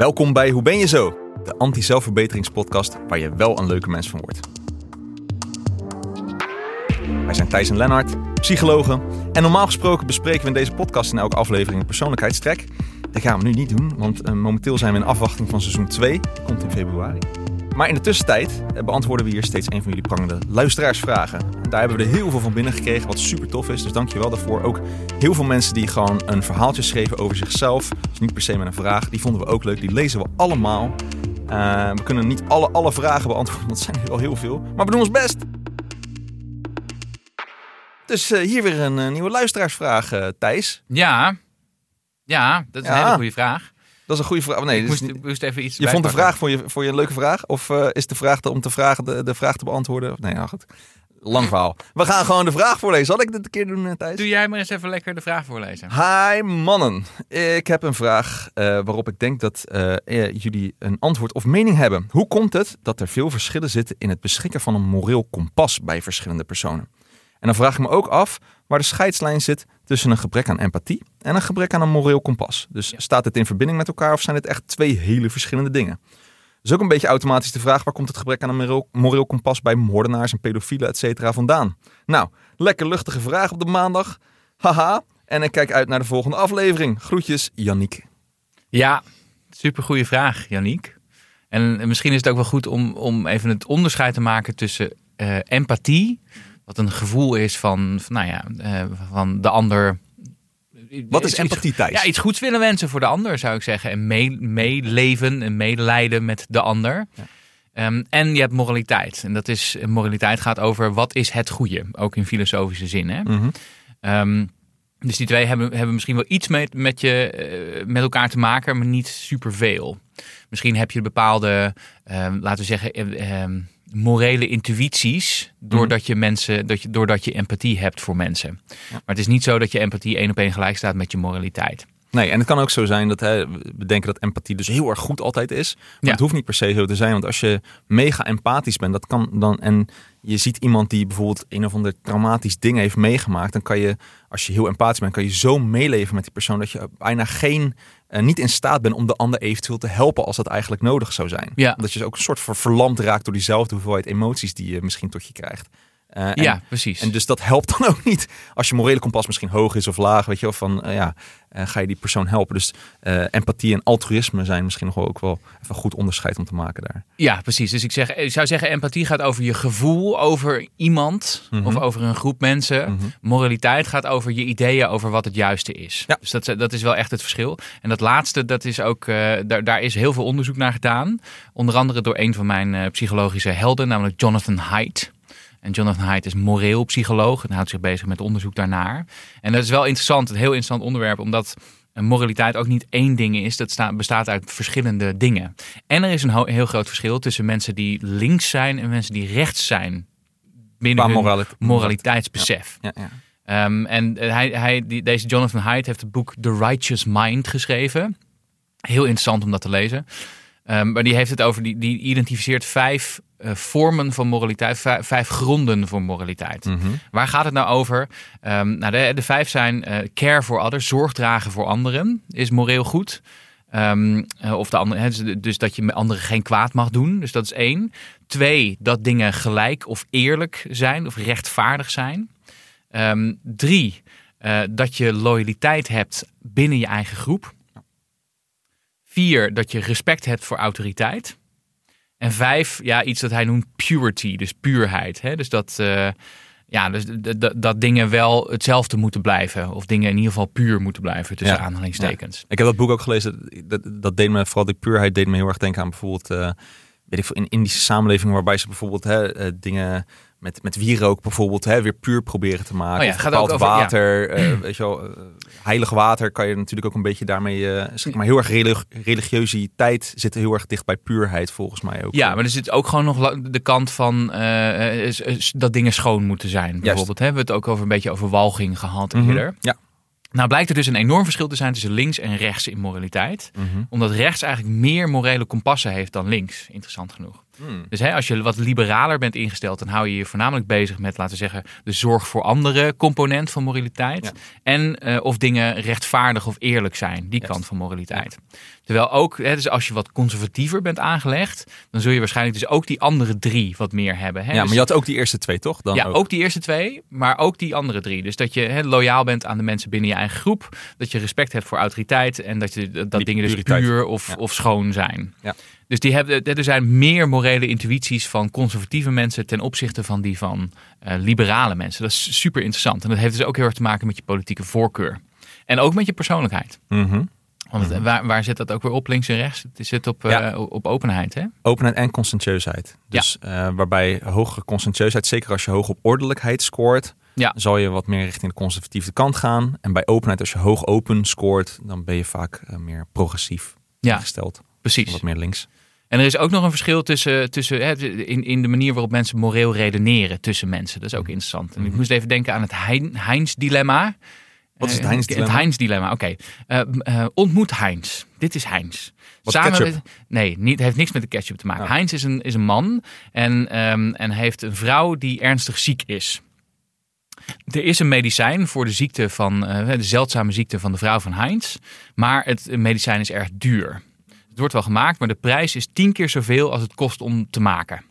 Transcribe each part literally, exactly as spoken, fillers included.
Welkom bij Hoe ben je zo? De anti-zelfverbeteringspodcast waar je wel een leuke mens van wordt. Wij zijn Thijs en Lennart, psychologen. En normaal gesproken bespreken we in deze podcast in elke aflevering een persoonlijkheidstrek. Dat gaan we nu niet doen, want uh, momenteel zijn we in afwachting van seizoen twee. Dat komt in februari. Maar in de tussentijd uh, beantwoorden we hier steeds een van jullie prangende luisteraarsvragen. En daar hebben we er heel veel van binnengekregen, wat super tof is. Dus dank je wel daarvoor. Ook heel veel mensen die gewoon een verhaaltje schreven over zichzelf. Dus niet per se met een vraag. Die vonden we ook leuk. Die lezen we allemaal. Uh, we kunnen niet alle, alle vragen beantwoorden, want het zijn er wel heel veel. Maar we doen ons best. Dus uh, hier weer een uh, nieuwe luisteraarsvraag, uh, Thijs. Ja, ja, dat is ja. een hele goede vraag. Dat is een goede vraag. Nee, ik moest, niet... moest even iets Je vond de vraag voor je, voor je een leuke vraag? Of uh, is de vraag om te vragen de, de vraag te beantwoorden? Nee, nou goed. Lang verhaal. We gaan gewoon de vraag voorlezen. Zal ik dit een keer doen, uh, Thijs? Doe jij maar eens even lekker de vraag voorlezen. Hi mannen. Ik heb een vraag uh, waarop ik denk dat uh, uh, jullie een antwoord of mening hebben. Hoe komt het dat er veel verschillen zitten in het beschikken van een moreel kompas bij verschillende personen? En dan vraag ik me ook af waar de scheidslijn zit tussen een gebrek aan empathie en een gebrek aan een moreel kompas. Dus ja. Staat het in verbinding met elkaar of zijn het echt twee hele verschillende dingen? Dat is ook een beetje automatisch de vraag, waar komt het gebrek aan een moreel, moreel kompas bij moordenaars en pedofielen, et cetera vandaan? Nou, lekker luchtige vraag op de maandag. Haha. En ik kijk uit naar de volgende aflevering. Groetjes, Yannick. Ja, supergoeie vraag, Yannick. En misschien is het ook wel goed om, om even het onderscheid te maken tussen uh, empathie, wat een gevoel is van, van, nou ja, uh, van de ander. Wat is empathie, Thijs? Ja, iets goeds willen wensen voor de ander, zou ik zeggen. En mee, meeleven en medelijden met de ander. Ja. Um, en je hebt moraliteit. En dat is, moraliteit gaat over wat is het goede. Ook in filosofische zin. Hè? Mm-hmm. Um, dus die twee hebben, hebben misschien wel iets met, met, je, uh, met elkaar te maken, maar niet superveel. Misschien heb je bepaalde, uh, laten we zeggen, Uh, um, morele intuïties, doordat je mensen, dat je, doordat je empathie hebt voor mensen. Ja. Maar het is niet zo dat je empathie één op één gelijk staat met je moraliteit. Nee, en het kan ook zo zijn dat hè, we denken dat empathie dus heel erg goed altijd is. Maar ja. Het hoeft niet per se zo te zijn. Want als je mega empathisch bent, dat kan dan. En je ziet iemand die bijvoorbeeld een of ander traumatisch ding heeft meegemaakt. Dan kan je, als je heel empathisch bent, kan je zo meeleven met die persoon dat je bijna geen, uh, niet in staat bent om de ander eventueel te helpen als dat eigenlijk nodig zou zijn. Ja. Omdat je ook een soort van verlamd raakt door diezelfde hoeveelheid emoties die je misschien tot je krijgt. Uh, en, ja, precies. En dus dat helpt dan ook niet als je morele kompas misschien hoog is of laag, weet je wel, van uh, ja, uh, ga je die persoon helpen. Dus uh, empathie en altruïsme zijn misschien nog wel ook wel even goed onderscheid om te maken daar. Ja, precies. Dus ik, zeg, ik zou zeggen, empathie gaat over je gevoel over iemand mm-hmm. of over een groep mensen. Mm-hmm. Moraliteit gaat over je ideeën over wat het juiste is. Ja. Dus dat, dat is wel echt het verschil. En dat laatste, dat is ook, uh, daar, daar is heel veel onderzoek naar gedaan. Onder andere door een van mijn uh, psychologische helden, namelijk Jonathan Haidt. En Jonathan Haidt is moreel psycholoog en houdt zich bezig met onderzoek daarnaar. En dat is wel interessant, een heel interessant onderwerp, omdat moraliteit ook niet één ding is. Dat sta, bestaat uit verschillende dingen. En er is een ho- heel groot verschil tussen mensen die links zijn en mensen die rechts zijn. Binnen hun morali- moraliteitsbesef. Ja, ja, ja. Um, en hij, hij, die, deze Jonathan Haidt heeft het boek The Righteous Mind geschreven. Heel interessant om dat te lezen. Um, maar die heeft het over, die, die identificeert vijf uh, vormen van moraliteit, vijf, vijf gronden voor moraliteit. Mm-hmm. Waar gaat het nou over? Um, nou de, de vijf zijn uh, care for others, zorg dragen voor anderen, is moreel goed. Um, uh, of de andere, he, dus dat je met anderen geen kwaad mag doen, dus dat is één. Twee, dat dingen gelijk of eerlijk zijn of rechtvaardig zijn. Um, drie, uh, dat je loyaliteit hebt binnen je eigen groep. Vier, dat je respect hebt voor autoriteit. En vijf, ja, iets dat hij noemt purity, dus puurheid. Hè? Dus dat, uh, ja, dus d- d- dat dingen wel hetzelfde moeten blijven. Of dingen in ieder geval puur moeten blijven, tussen ja, aanhalingstekens. Ja. Ik heb dat boek ook gelezen. Dat, dat deed me, vooral die puurheid deed me heel erg denken aan bijvoorbeeld, uh, weet ik veel, in Indische samenlevingen waarbij ze bijvoorbeeld hè, uh, dingen met, met wierook bijvoorbeeld hè, weer puur proberen te maken. Oh ja, of bepaald over, water, ja. uh, weet je wel, uh, heilig water kan je natuurlijk ook een beetje daarmee, uh, zeg maar heel erg relig- religiositeit zit heel erg dicht bij puurheid volgens mij ook. Ja, maar er zit ook gewoon nog de kant van uh, is, is, dat dingen schoon moeten zijn. Bijvoorbeeld Juist. Hebben we het ook over een beetje over walging gehad mm-hmm. eerder. Ja. Nou blijkt er dus een enorm verschil te zijn tussen links en rechts in moraliteit. Mm-hmm. Omdat rechts eigenlijk meer morele kompassen heeft dan links, interessant genoeg. Hmm. Dus hè, als je wat liberaler bent ingesteld, dan hou je je voornamelijk bezig met, laten we zeggen, de zorg voor anderen component van moraliteit. Ja. En uh, of dingen rechtvaardig of eerlijk zijn, die yes. kant van moraliteit. Ja. Terwijl ook, hè, dus als je wat conservatiever bent aangelegd, dan zul je waarschijnlijk dus ook die andere drie wat meer hebben. Hè? Ja, dus, maar je had ook die eerste twee, toch? Dan ja, ook. ook die eerste twee, maar ook die andere drie. Dus dat je hè, loyaal bent aan de mensen binnen je eigen groep, dat je respect hebt voor autoriteit en dat, je, dat die dingen dus puriteit. puur of, ja. of schoon zijn. Ja. Dus die hebben, er zijn meer morele intuïties van conservatieve mensen ten opzichte van die van uh, liberale mensen. Dat is super interessant. En dat heeft dus ook heel erg te maken met je politieke voorkeur. En ook met je persoonlijkheid. Mm-hmm. Want mm-hmm. waar, waar zit dat ook weer op, links en rechts? Het zit op, uh, ja. op openheid, hè? Openheid en conscientieusheid. Dus ja. uh, waarbij hogere conscientieusheid, zeker als je hoog op ordelijkheid scoort, ja. zal je wat meer richting de conservatieve kant gaan. En bij openheid, als je hoog open scoort, dan ben je vaak uh, meer progressief ja. ingesteld. Precies. Wat meer links. En er is ook nog een verschil tussen, tussen hè, in, in de manier waarop mensen moreel redeneren tussen mensen. Dat is ook interessant. En Mm-hmm. ik moest even denken aan het Hein, Heinz-dilemma. Wat is het Heinz-dilemma? Het Heinz-dilemma, oké. Okay. Uh, uh, ontmoet Heinz. Dit is Heinz. Wat Samen ketchup? Met, nee, niet, heeft niks met de ketchup te maken. Oh. Heinz is een, is een man en, um, en heeft een vrouw die ernstig ziek is. Er is een medicijn voor de ziekte van uh, de zeldzame ziekte van de vrouw van Heinz. Maar het medicijn is erg duur. Het wordt wel gemaakt, maar de prijs is tien keer zoveel als het kost om te maken.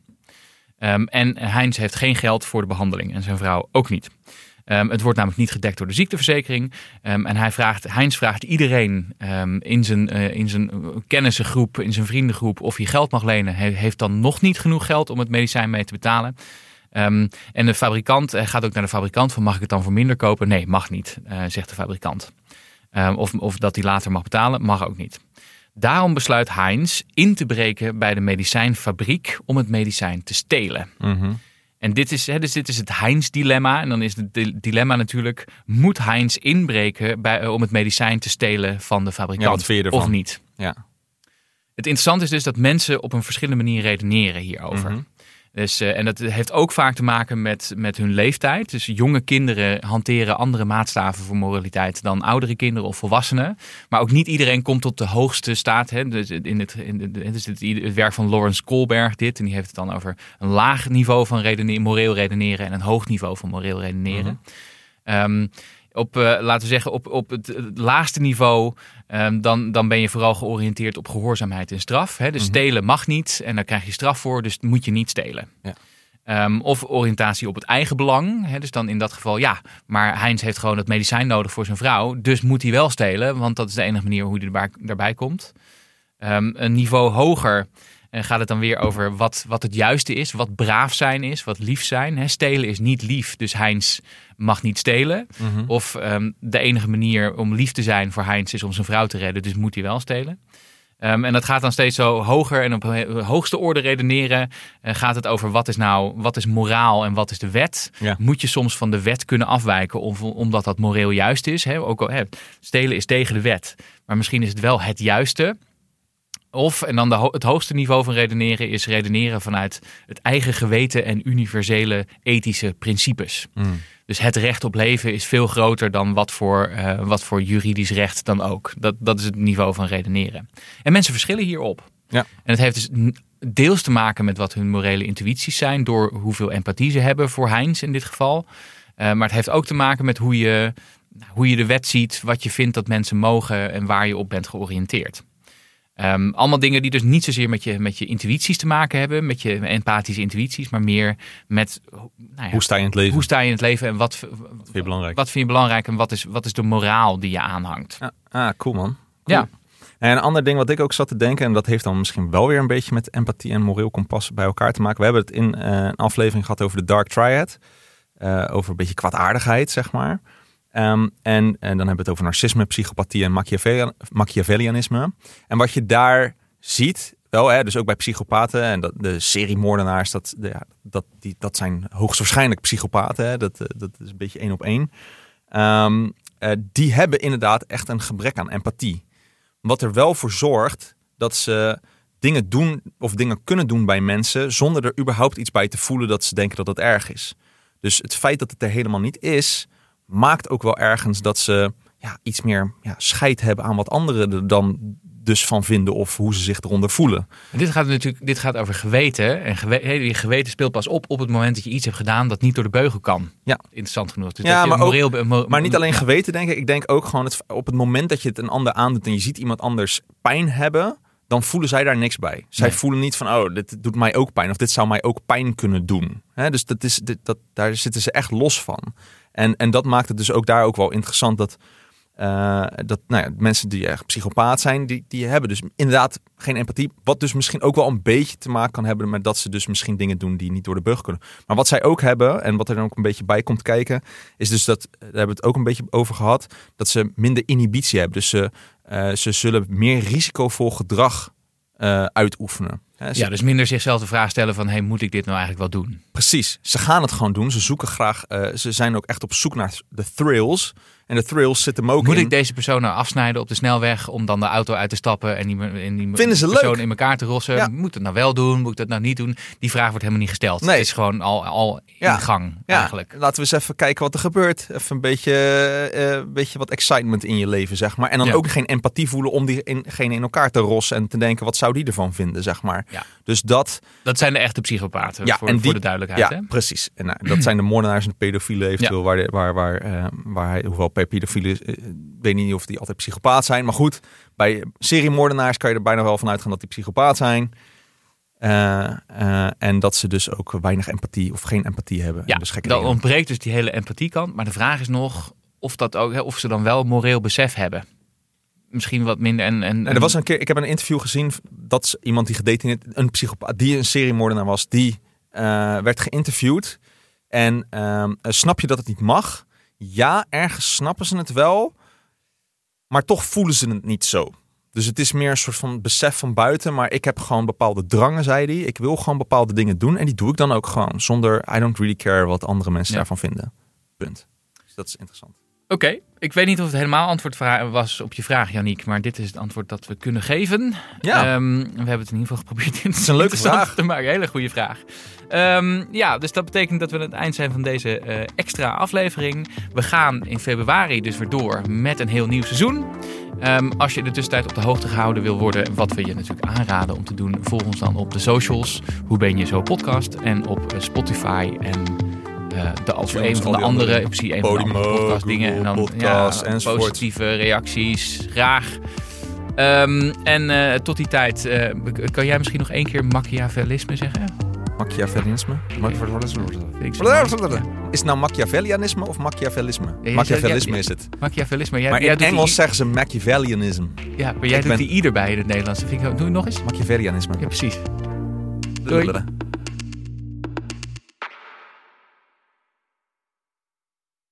Um, en Heinz heeft geen geld voor de behandeling en zijn vrouw ook niet. Um, het wordt namelijk niet gedekt door de ziekteverzekering. Um, en hij vraagt, Heinz vraagt iedereen um, in zijn, uh, in zijn kennissengroep, in zijn vriendengroep of hij geld mag lenen. Hij heeft dan nog niet genoeg geld om het medicijn mee te betalen. Um, en de fabrikant hij gaat ook naar de fabrikant van mag ik het dan voor minder kopen? Nee, mag niet, uh, zegt de fabrikant. Um, of, of dat hij later mag betalen, mag ook niet. Daarom besluit Heinz in te breken bij de medicijnfabriek om het medicijn te stelen. Mm-hmm. En dit is, hè, dus dit is het Heinz-dilemma. En dan is het dilemma natuurlijk, moet Heinz inbreken bij, om het medicijn te stelen van de fabrikant? Ja, wat vind je ervan? Of niet? Ja. Het interessante is dus dat mensen op een verschillende manier redeneren hierover. Mm-hmm. Dus, uh, en dat heeft ook vaak te maken met, met hun leeftijd. Dus jonge kinderen hanteren andere maatstaven voor moraliteit dan oudere kinderen of volwassenen. Maar ook niet iedereen komt tot de hoogste staat. Hè. Dus in het, in de, dus het, het werk van Lawrence Kohlberg dit. En die heeft het dan over een laag niveau van redeneren, moreel redeneren en een hoog niveau van moreel redeneren. Mm-hmm. Um, Op, uh, laten we zeggen, op, op het, het laagste niveau, um, dan, dan ben je vooral georiënteerd op gehoorzaamheid en straf. Hè? Dus mm-hmm. stelen mag niet en daar krijg je straf voor, dus moet je niet stelen. Ja. Um, of oriëntatie op het eigen belang. Hè? Dus dan in dat geval, ja, maar Heinz heeft gewoon het medicijn nodig voor zijn vrouw, dus moet hij wel stelen, want dat is de enige manier hoe hij erbij, daarbij komt. Um, een niveau hoger En gaat het dan weer over wat, wat het juiste is, wat braaf zijn is, wat lief zijn. He, stelen is niet lief, dus Heinz mag niet stelen. Mm-hmm. Of um, de enige manier om lief te zijn voor Heinz is om zijn vrouw te redden, dus moet hij wel stelen. Um, en dat gaat dan steeds zo hoger en op de hoogste orde redeneren. Uh, gaat het over wat is nou, wat is moraal en wat is de wet? Ja. Moet je soms van de wet kunnen afwijken om, omdat dat moreel juist is? He, ook al, he, stelen is tegen de wet, maar misschien is het wel het juiste. Of, en dan de, het hoogste niveau van redeneren is redeneren vanuit het eigen geweten en universele ethische principes. Mm. Dus het recht op leven is veel groter dan wat voor, uh, wat voor juridisch recht dan ook. Dat, dat is het niveau van redeneren. En mensen verschillen hierop. Ja. En het heeft dus deels te maken met wat hun morele intuïties zijn, door hoeveel empathie ze hebben voor Heinz in dit geval. Uh, maar het heeft ook te maken met hoe je, hoe je de wet ziet, wat je vindt dat mensen mogen en waar je op bent georiënteerd. Um, allemaal dingen die dus niet zozeer met je, met je intuïties te maken hebben, met je empathische intuïties, maar meer met nou ja, hoe sta je in het leven? Hoe sta je in het leven en wat, wat vind je belangrijk? Wat vind je belangrijk en wat is, wat is de moraal die je aanhangt? Ah, ah cool man. Cool. Ja. En een ander ding wat ik ook zat te denken, en dat heeft dan misschien wel weer een beetje met empathie en moreel kompas bij elkaar te maken. We hebben het in uh, een aflevering gehad over de Dark Triad, uh, over een beetje kwaadaardigheid, zeg maar. Um, en, en dan hebben we het over narcisme, psychopathie en Machiavellian, Machiavellianisme. En wat je daar ziet, wel, hè, dus ook bij psychopaten en dat, de seriemoordenaars, dat, de, ja, dat, die, dat zijn hoogstwaarschijnlijk psychopaten. Hè, dat, dat is een beetje één op één. Um, uh, die hebben inderdaad echt een gebrek aan empathie. Wat er wel voor zorgt dat ze dingen doen of dingen kunnen doen bij mensen zonder er überhaupt iets bij te voelen dat ze denken dat het erg is. Dus het feit dat het er helemaal niet is, maakt ook wel ergens dat ze ja, iets meer ja, scheid hebben aan wat anderen er dan dus van vinden of hoe ze zich eronder voelen. En dit gaat natuurlijk dit gaat over geweten. En geweten, je geweten speelt pas op op het moment dat je iets hebt gedaan dat niet door de beugel kan. Ja. Interessant genoeg. Dus ja, dat maar, moreel, ook, mo- maar niet alleen ja. geweten, denk ik. Ik denk ook gewoon het, op het moment dat je het een ander aandoet en je ziet iemand anders pijn hebben, dan voelen zij daar niks bij. Zij nee. voelen niet van, oh, dit doet mij ook pijn of dit zou mij ook pijn kunnen doen. He, dus dat is, dit, dat, daar zitten ze echt los van. En, en dat maakt het dus ook daar ook wel interessant dat Uh, dat nou ja, mensen die echt psychopaat zijn, die, die hebben dus inderdaad geen empathie. Wat dus misschien ook wel een beetje te maken kan hebben met dat ze dus misschien dingen doen die niet door de beugel kunnen. Maar wat zij ook hebben, en wat er dan ook een beetje bij komt kijken, is dus dat, daar hebben we het ook een beetje over gehad, dat ze minder inhibitie hebben. Dus ze, uh, ze zullen meer risicovol gedrag uh, uitoefenen. He, ze... Ja, dus minder zichzelf de vraag stellen van, hey, moet ik dit nou eigenlijk wel doen? Precies. Ze gaan het gewoon doen. Ze zoeken graag, uh, ze zijn ook echt op zoek naar de thrills. En de thrills zitten hem ook Moet in. ik deze persoon nou afsnijden op de snelweg om dan de auto uit te stappen en die, en die Vinden ze persoon leuk. in elkaar te rossen? Ja. Moet ik het nou wel doen? Moet ik dat nou niet doen? Die vraag wordt helemaal niet gesteld. Nee. Het is gewoon al, al ja. in gang ja. eigenlijk. Laten we eens even kijken wat er gebeurt. Even een beetje, uh, een beetje wat excitement in je leven, zeg maar. En dan ja. ook geen empathie voelen om diegene in elkaar te rossen en te denken, wat zou die ervan vinden, zeg maar. Ja. Dus dat... Dat zijn de echte psychopaten, ja, voor, en die, voor de duidelijkheid. Ja, hè? precies. En nou, dat zijn de moordenaars en de pedofielen eventueel, ja. waar, de, waar, waar, uh, waar hij, hoewel per pedofielen, uh, weet niet of die altijd psychopaat zijn. Maar goed, bij seriemoordenaars kan je er bijna wel van uitgaan dat die psychopaat zijn. Uh, uh, en dat ze dus ook weinig empathie of geen empathie hebben. Ja, dus dan ontbreekt dus die hele empathiekant. Maar de vraag is nog of, dat ook, of ze dan wel moreel besef hebben. Misschien wat minder. En, en, en er was een keer, ik heb een interview gezien dat iemand die gedetineerd, een psychopaat, die een seriemoordenaar was, die uh, werd geïnterviewd. En uh, snap je dat het niet mag? Ja, ergens snappen ze het wel, maar toch voelen ze het niet zo. Dus het is meer een soort van besef van buiten, maar ik heb gewoon bepaalde drangen, zei hij. Ik wil gewoon bepaalde dingen doen en die doe ik dan ook gewoon, zonder I don't really care wat andere mensen ja. daarvan vinden. Punt. Dus dat is interessant. Oké, okay. Ik weet niet of het helemaal antwoord was op je vraag, Yannick, maar dit is het antwoord dat we kunnen geven. Ja. Um, we hebben het in ieder geval geprobeerd in het is een leuke vraag te maken. Hele goede vraag. Um, ja, dus dat betekent dat we aan het eind zijn van deze uh, extra aflevering. We gaan in februari dus weer door met een heel nieuw seizoen. Um, als je in de tussentijd op de hoogte gehouden wil worden, wat we je natuurlijk aanraden om te doen, volg ons dan op de socials. Hoe ben je zo podcast? En op uh, Spotify en Uh, de, als een van de andere, andere zie een Podimo, van de andere podcast dingen en dan podcast, ja, positieve reacties, graag. Um, en uh, tot die tijd, uh, kan jij misschien nog één keer Machiavellisme zeggen? Machiavellisme? Ja. Is het nou Machiavellianisme of Machiavellisme? Ja, Machiavellisme ja, ja, is het. Machiavellisme. Jij, maar jij in Engels die... zeggen ze Machiavellianism. Ja, maar jij ik doet ben... die i erbij in het Nederlands. Vind ik, doe je nog eens? Machiavellianisme. Ja, precies. Doei.